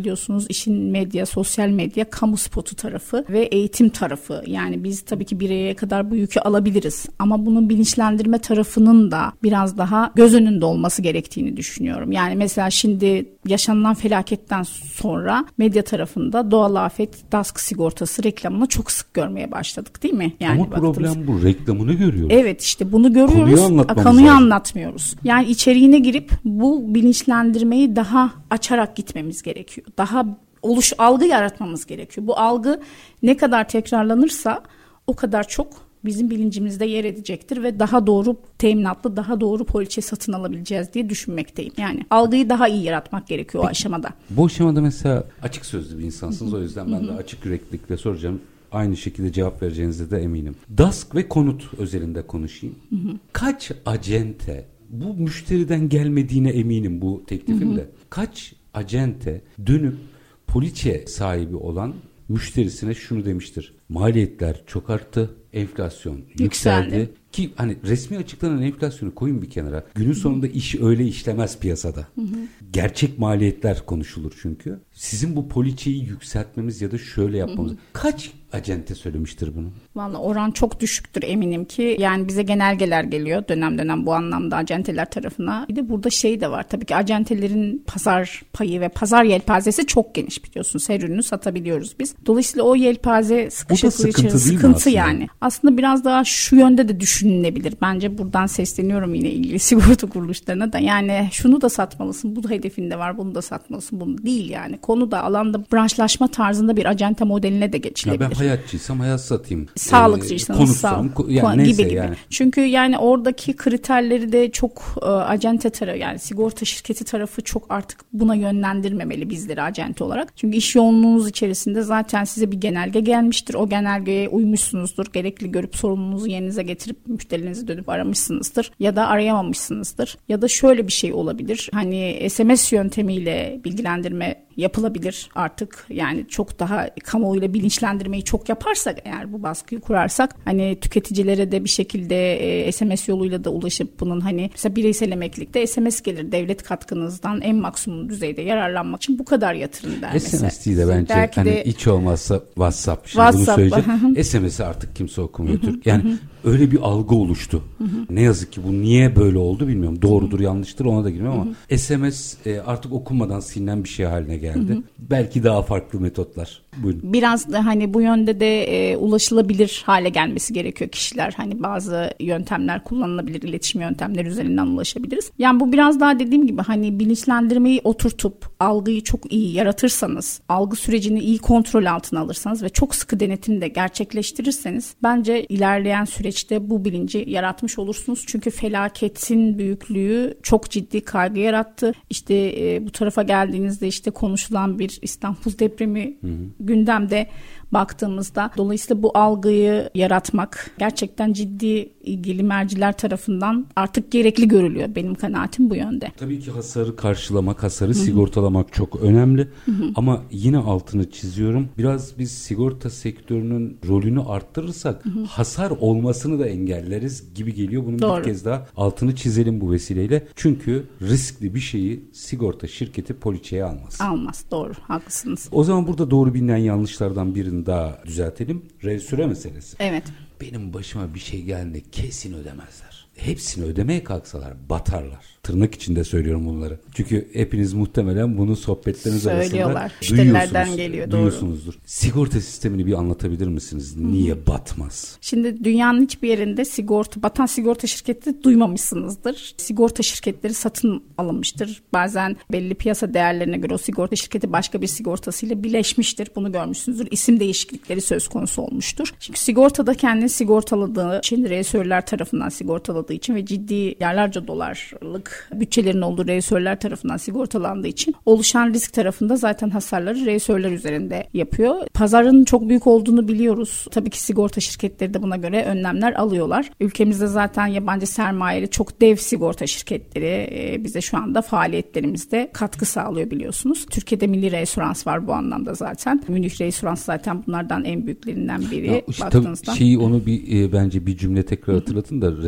biliyorsunuz işin medya, sosyal medya, kamu spotu tarafı ve eğitim tarafı. Yani biz tabii ki bireye kadar bu yükü alabiliriz. Ama bunun bilinçlendirme tarafının da biraz daha göz önünde olması gerektiğini düşünüyorum. Yani mesela şimdi yaşanılan felaketten sonra medya tarafında doğal afet DASK sigortası reklamını çok sık görmeye başladık, değil mi? Yani ama baktığımız... problem bu. Reklamını görüyoruz. Evet, işte bunu görüyoruz. Konuyu anlatmamız Konuyu lazım. anlatmıyoruz. Yani içeriğine girip bu bilinçlendirmeyi daha açarak gitmemiz gerekiyor. Daha oluş algı yaratmamız gerekiyor. Bu algı ne kadar tekrarlanırsa o kadar çok bizim bilincimizde yer edecektir ve daha doğru teminatlı, daha doğru poliçe satın alabileceğiz diye düşünmekteyim. Yani algıyı daha iyi yaratmak gerekiyor o aşamada. Bu aşamada mesela açık sözlü bir insansınız. O yüzden ben de açık yüreklilikle soracağım. Aynı şekilde cevap vereceğinize de eminim. DASK ve konut özelinde konuşayım. Hı hı. Kaç acente, bu müşteriden gelmediğine eminim bu teklifin de. Kaç acente dönüp poliçe sahibi olan müşterisine şunu demiştir: maliyetler çok arttı, enflasyon yükseldi. yükseldi. Ki hani resmi açıklanan enflasyonu koyun bir kenara. Günün sonunda iş öyle işlemez piyasada. Hı hı. Gerçek maliyetler konuşulur çünkü. Sizin bu poliçeyi yükseltmemiz ya da şöyle yapmamız. Hı hı. Kaç acente söylemiştir bunu? Vallahi oran çok düşüktür eminim ki. Yani bize genelgeler geliyor dönem dönem bu anlamda acenteler tarafına. Bir de burada şey de var. Tabii ki acentelerin pazar payı ve pazar yelpazesi çok geniş, biliyorsunuz. Her ürünü satabiliyoruz biz. Dolayısıyla o yelpaze sıkışıklığı içerisinde sıkıntı yani. Aslında biraz daha şu yönde de düşünülebilir. Bence buradan sesleniyorum yine ilgili sigorta kuruluşlarına da. Yani şunu da satmalısın, bu da hedefinde var, bunu da satmalısın. Bunu değil yani. Konu da alanda branşlaşma tarzında bir acente modeline de geçilebilir. Ya ben hayatçıysam hayat satayım. Sağlıkçıysanız ee, sağlık ko- yani gibi gibi. Yani. Çünkü yani oradaki kriterleri de çok e, acente tarafı, yani sigorta şirketi tarafı çok artık buna yönlendirmemeli bizleri acente olarak. Çünkü iş yoğunluğunuz içerisinde zaten size bir genelge gelmiştir. O genelgeye uymuşsunuzdur. Gerekli görüp sorumluluğunuzu yerinize getirip müşterinizi dönüp aramışsınızdır. Ya da arayamamışsınızdır. Ya da şöyle bir şey olabilir. Hani S M S yöntemiyle bilgilendirme yapılabilir artık. Yani çok daha kamuoyuyla bilinçlendirmeyi çok yaparsak, eğer bu baskıyı kurarsak, hani tüketicilere de bir şekilde e, S M S yoluyla da ulaşıp bunun hani mesela bireysel emeklilikte S M S gelir, devlet katkınızdan en maksimum düzeyde yararlanmak için bu kadar yatırın der mesela. S M S değil de bence belki hani de, hiç olmazsa WhatsApp. Şimdi WhatsApp, bunu söyleyeceğim. S M S'i artık kimse okumuyor. Türk. Yani öyle bir algı oluştu. Ne yazık ki bu niye böyle oldu bilmiyorum. Doğrudur yanlıştır ona da girmiyorum ama S M S e, artık okunmadan silinen bir şey haline geldi. Hı hı. Belki daha farklı metotlar. Buyurun. Biraz da hani bu yönde de e, ulaşılabilir hale gelmesi gerekiyor kişiler. Hani bazı yöntemler kullanılabilir, iletişim yöntemleri üzerinden ulaşabiliriz. Yani bu biraz daha dediğim gibi hani bilinçlendirmeyi oturtup algıyı çok iyi yaratırsanız, algı sürecini iyi kontrol altına alırsanız ve çok sıkı denetim de gerçekleştirirseniz bence ilerleyen süreçte bu bilinci yaratmış olursunuz. Çünkü felaketin büyüklüğü çok ciddi kaygı yarattı. İşte e, bu tarafa geldiğinizde işte konuşulan bir İstanbul depremi hı hı. gündemde baktığımızda, dolayısıyla bu algıyı yaratmak gerçekten ciddi ilgili merciler tarafından artık gerekli görülüyor. Benim kanaatim bu yönde. Tabii ki hasarı karşılamak, hasarı Hı-hı. sigortalamak çok önemli. Hı-hı. Ama yine altını çiziyorum. Biraz biz sigorta sektörünün rolünü arttırırsak Hı-hı. hasar olmasını da engelleriz gibi geliyor. Bunun Doğru. bir kez daha altını çizelim bu vesileyle. Çünkü riskli bir şeyi sigorta şirketi poliçeye almaz. Almaz. Doğru. Haklısınız. O zaman burada doğru bilinen yanlışlardan birini daha düzeltelim. Revsüre meselesi. Evet. Benim başıma bir şey geldiğinde kesin ödemezler. Hepsini ödemeye kalksalar batarlar. Tırnak içinde söylüyorum bunları. Çünkü hepiniz muhtemelen bunu sohbetleriniz arasında duyuyorsunuz, geliyor, duyuyorsunuzdur. Doğru. Sigorta sistemini bir anlatabilir misiniz? Hı-hı. Niye batmaz? Şimdi dünyanın hiçbir yerinde sigorta, batan sigorta şirketi duymamışsınızdır. Sigorta şirketleri satın alınmıştır. Bazen belli piyasa değerlerine göre o sigorta şirketi başka bir sigortasıyla birleşmiştir. Bunu görmüşsünüzdür. İsim değişiklikleri söz konusu olmuştur. Çünkü sigortada kendini sigortaladığı için, reisörler tarafından sigortaladığı için ve ciddi milyarlarca dolarlık bütçelerin olduğu reisörler tarafından sigortalandığı için oluşan risk tarafında zaten hasarları reisörler üzerinde yapıyor. Pazarın çok büyük olduğunu biliyoruz. Tabii ki sigorta şirketleri de buna göre önlemler alıyorlar. Ülkemizde zaten yabancı sermayeli çok dev sigorta şirketleri bize şu anda faaliyetlerimizde katkı sağlıyor biliyorsunuz. Türkiye'de Milli Reasürans var bu anlamda zaten. Münih Reasürans zaten bunlardan en büyüklerinden biri. Ya işte baktığınızda. Şeyi onu bir e, bence bir cümle tekrar hatırlatın da reasüre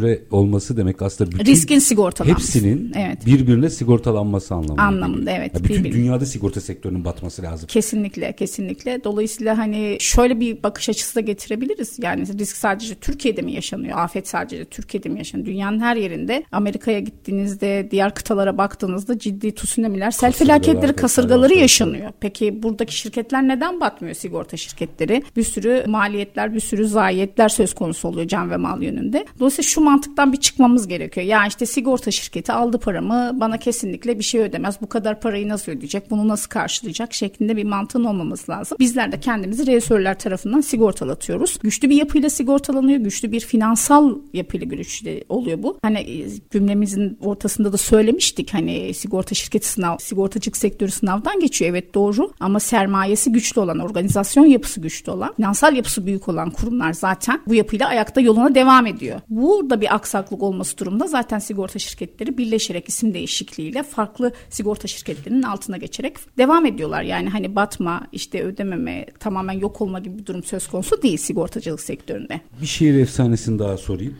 sigortalı olması demek aslında bütün riskin sigortalanması. Hepsinin evet. birbirine sigortalanması anlamında. Anlamında evet. Yani bütün birbirine. dünyada sigorta sektörünün batması lazım. Kesinlikle kesinlikle. Dolayısıyla hani şöyle bir bakış açısı da getirebiliriz. Yani risk sadece Türkiye'de mi yaşanıyor? Afet sadece Türkiye'de mi yaşanıyor? Dünyanın her yerinde. Amerika'ya gittiğinizde, diğer kıtalara baktığınızda ciddi tsunami'ler, sel felaketleri, kasırgaları yaşanıyor. Peki buradaki şirketler neden batmıyor, sigorta şirketleri? Bir sürü maliyetler, bir sürü zayiatler söz konusu oluyor can ve mal yönünde. Dolayısıyla şu mantıktan bir çıkmamız gerekiyor. Ya işte sigorta şirketi aldı paramı, bana kesinlikle bir şey ödemez. Bu kadar parayı nasıl ödeyecek? Bunu nasıl karşılayacak? Şeklinde bir mantığın olmaması lazım. Bizler de kendimizi reisörler tarafından sigortalatıyoruz. Güçlü bir yapıyla sigortalanıyor. Güçlü bir finansal yapıyla güçlü oluyor bu. Hani cümlemizin ortasında da söylemiştik. Hani sigorta şirketi sınav, sigortacılık sektörü sınavdan geçiyor. Evet doğru. Ama sermayesi güçlü olan, organizasyon yapısı güçlü olan, finansal yapısı büyük olan kurumlar zaten bu yapıyla ayakta yoluna devam ediyor. Burada bir aksaklık olması durumda zaten sigorta şirketleri birleşerek isim değişikliğiyle farklı sigorta şirketlerinin altına geçerek devam ediyorlar. Yani hani batma, işte ödememe, tamamen yok olma gibi bir durum söz konusu değil sigortacılık sektöründe. Bir şehir efsanesini daha sorayım.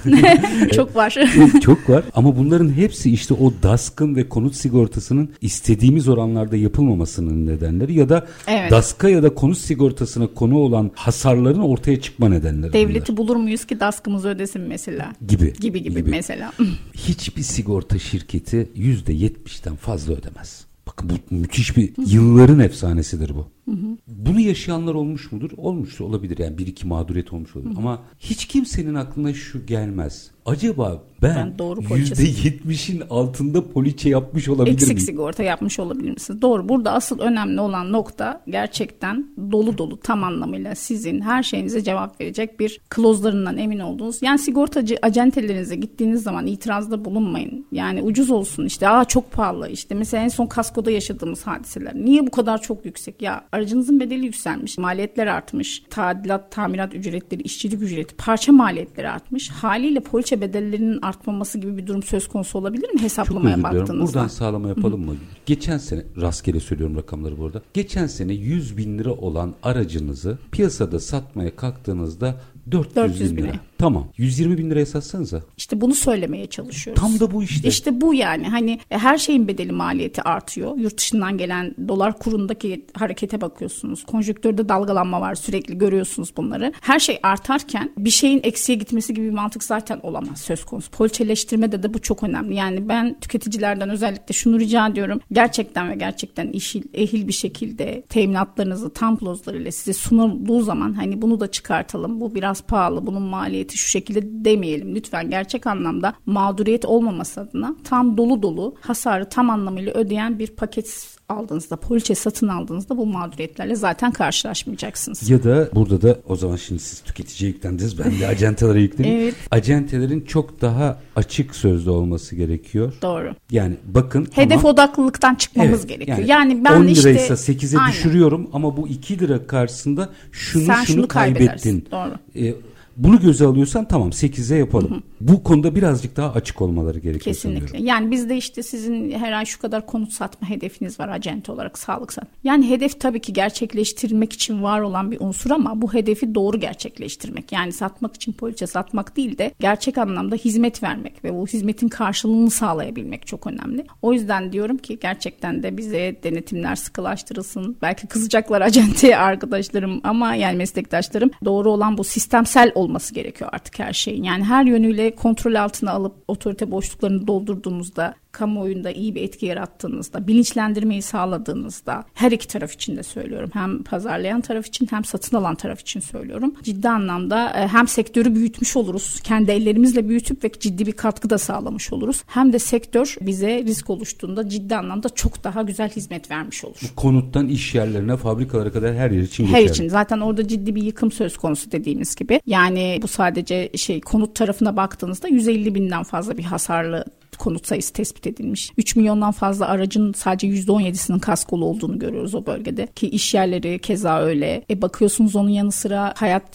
Çok var. Çok var ama bunların hepsi işte o D A S K'ın ve konut sigortasının istediğimiz oranlarda yapılmamasının nedenleri ya da evet. D A S K'a ya da konut sigortasına konu olan hasarların ortaya çıkma nedenleri. Devleti bunlar. bulur muyuz ki D A S K'ımızı ödesin mesela? Gibi. Gibi gibi, gibi. mesela. Hiçbir sigorta şirketi yüzde yetmişten fazla ödemez. Bakın bu müthiş bir yılların efsanesidir bu. Hı hı. Bunu yaşayanlar olmuş mudur? Olmuş olabilir yani bir iki mağduriyet olmuş olabilir. Hı hı. Ama hiç kimsenin aklına şu gelmez. Acaba ben, ben yüzde yetmişin altında poliçe yapmış olabilir Eksik miyim? Eksik sigorta yapmış olabilir misiniz? Doğru. Burada asıl önemli olan nokta gerçekten dolu dolu tam anlamıyla sizin her şeyinize cevap verecek bir klozlarından emin olduğunuz. Yani sigortacı acentelerinize gittiğiniz zaman itirazda bulunmayın. Yani ucuz olsun işte aa çok pahalı işte mesela en son kaskoda yaşadığımız hadiseler. Niye bu kadar çok yüksek? Ya aracınızın bedeli yükselmiş, maliyetler artmış, tadilat, tamirat ücretleri, işçilik ücreti, parça maliyetleri artmış. Haliyle poliçe bedellerinin artmaması gibi bir durum söz konusu olabilir mi hesaplamaya baktığınızda? Buradan sağlama yapalım mı? Geçen sene, rastgele söylüyorum rakamları burada. Geçen sene yüz bin lira olan aracınızı piyasada satmaya kalktığınızda dört yüz bin lira. Tamam. yüz yirmi bin liraya satsanıza. İşte bunu söylemeye çalışıyoruz. Tam da bu işte. İşte bu yani. Hani her şeyin bedeli maliyeti artıyor. Yurt dışından gelen dolar kurundaki harekete bakıyorsunuz. Konjonktürde dalgalanma var. Sürekli görüyorsunuz bunları. Her şey artarken bir şeyin eksiye gitmesi gibi bir mantık zaten olamaz söz konusu. Poliçeleştirmede de bu çok önemli. Yani ben tüketicilerden özellikle şunu rica ediyorum. Gerçekten ve gerçekten işil, ehil bir şekilde teminatlarınızı tam klozlarıyla size sunulduğu zaman hani bunu da çıkartalım. Bu biraz pahalı. Bunun maliyeti şu şekilde demeyelim. Lütfen gerçek anlamda mağduriyet olmaması adına tam dolu dolu hasarı tam anlamıyla ödeyen bir paket aldığınızda, poliçe satın aldığınızda bu mağduriyetlerle zaten karşılaşmayacaksınız. Ya da burada da o zaman şimdi siz tüketiciye yüklendiniz, ben de acentelere yükledim. Evet. Acentelerin çok daha açık sözlü olması gerekiyor. Doğru. Yani bakın. Hedef tamam. odaklılıktan çıkmamız evet, gerekiyor. Yani, yani ben on liraysa işte sekize düşürüyorum ama bu iki lira karşısında şunu Sen şunu, şunu kaybettin. Doğru. Ee, Bunu göze alıyorsan tamam sekize yapalım. Hı hı. Bu konuda birazcık daha açık olmaları gerekiyor. Kesinlikle. Sanıyorum. Yani bizde işte sizin her ay şu kadar konut satma hedefiniz var acente olarak sağlık sat. Yani hedef tabii ki gerçekleştirmek için var olan bir unsur ama bu hedefi doğru gerçekleştirmek. Yani satmak için poliçe satmak değil de gerçek anlamda hizmet vermek ve bu hizmetin karşılığını sağlayabilmek çok önemli. O yüzden diyorum ki gerçekten de bize denetimler sıkılaştırılsın. Belki kızacaklar acente arkadaşlarım ama yani meslektaşlarım doğru olan bu sistemsel olması gerekiyor artık her şeyin. Yani her yönüyle kontrol altına alıp otorite boşluklarını doldurduğunuzda, kamuoyunda iyi bir etki yarattığınızda, bilinçlendirmeyi sağladığınızda her iki taraf için de söylüyorum. Hem pazarlayan taraf için hem satın alan taraf için söylüyorum. Ciddi anlamda hem sektörü büyütmüş oluruz. Kendi ellerimizle büyütüp ve ciddi bir katkı da sağlamış oluruz. Hem de sektör bize risk oluştuğunda ciddi anlamda çok daha güzel hizmet vermiş olur. Konuttan iş yerlerine, fabrikalara kadar her yer için geçerli. Her için. Zaten orada ciddi bir yıkım söz konusu dediğimiz gibi. Yani bu sadece şey konut tarafına baktığınızda yüz elli binden fazla bir hasarlı konut sayısı tespit edilmiş. üç milyondan fazla aracın sadece yüzde on yedisinin kaskolu olduğunu görüyoruz o bölgede. Ki iş yerleri keza öyle. E bakıyorsunuz onun yanı sıra hayat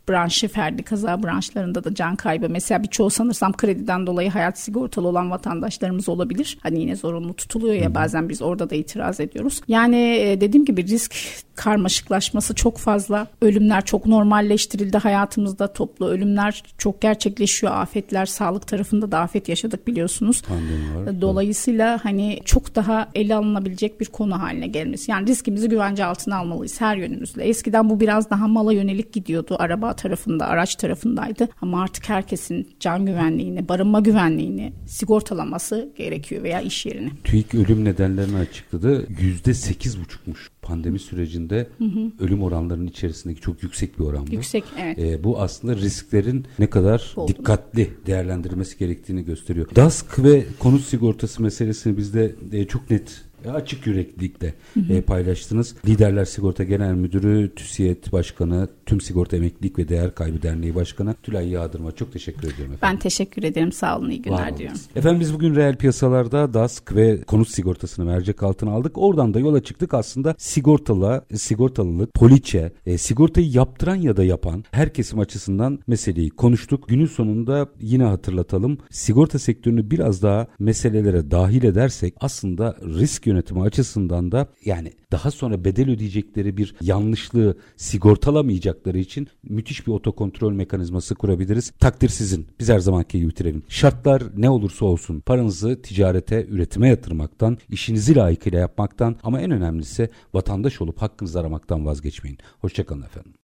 branşı, ferdi kaza branşlarında da can kaybı. Mesela birçoğu sanırsam krediden dolayı hayat sigortalı olan vatandaşlarımız olabilir. Hani yine zorunlu tutuluyor ya, bazen biz orada da itiraz ediyoruz. Yani dediğim gibi risk karmaşıklaşması çok fazla. Ölümler çok normalleştirildi hayatımızda. Toplu ölümler çok gerçekleşiyor. Afetler, sağlık tarafında da afet yaşadık biliyorsunuz. Var, Dolayısıyla evet. hani çok daha ele alınabilecek bir konu haline gelmesi. Yani riskimizi güvence altına almalıyız her yönümüzle. Eskiden bu biraz daha mala yönelik gidiyordu. Araba tarafında, araç tarafındaydı. Ama artık herkesin can güvenliğini, barınma güvenliğini sigortalaması gerekiyor veya iş yerini. TÜİK ölüm nedenlerini açıkladı. yüzde sekiz buçukmuş pandemi sürecinde hı hı. ölüm oranlarının içerisindeki çok yüksek bir oran bu. Yüksek, evet. Ee, bu aslında risklerin ne kadar Oldu. dikkatli değerlendirilmesi gerektiğini gösteriyor. DASK ve konut sigortası meselesini bizde e, çok net, açık yüreklilikle hı hı. E, paylaştınız. Liderler Sigorta Genel Müdürü, TÜSİAD Başkanı, Tüm Sigorta Emeklilik ve Değer Kaybı Derneği Başkanı Tülay Yağdırm'a çok teşekkür ediyorum efendim. Ben teşekkür ederim. Sağ olun. İyi günler diyorum. Efendim biz bugün reel piyasalarda DASK ve konut sigortasını mercek altına aldık. Oradan da yola çıktık. Aslında sigortalı, sigortalılık, poliçe, e, sigortayı yaptıran ya da yapan her kesim açısından meseleyi konuştuk. Günün sonunda yine hatırlatalım. Sigorta sektörünü biraz daha meselelere dahil edersek aslında risk yönetimi açısından da, yani daha sonra bedel ödeyecekleri bir yanlışlığı sigortalamayacakları için müthiş bir otokontrol mekanizması kurabiliriz. Takdir sizin. Biz her zamanki gibi bitirelim. Şartlar ne olursa olsun paranızı ticarete, üretime yatırmaktan, işinizi layıkıyla yapmaktan ama en önemlisi vatandaş olup hakkınızı aramaktan vazgeçmeyin. Hoşçakalın efendim.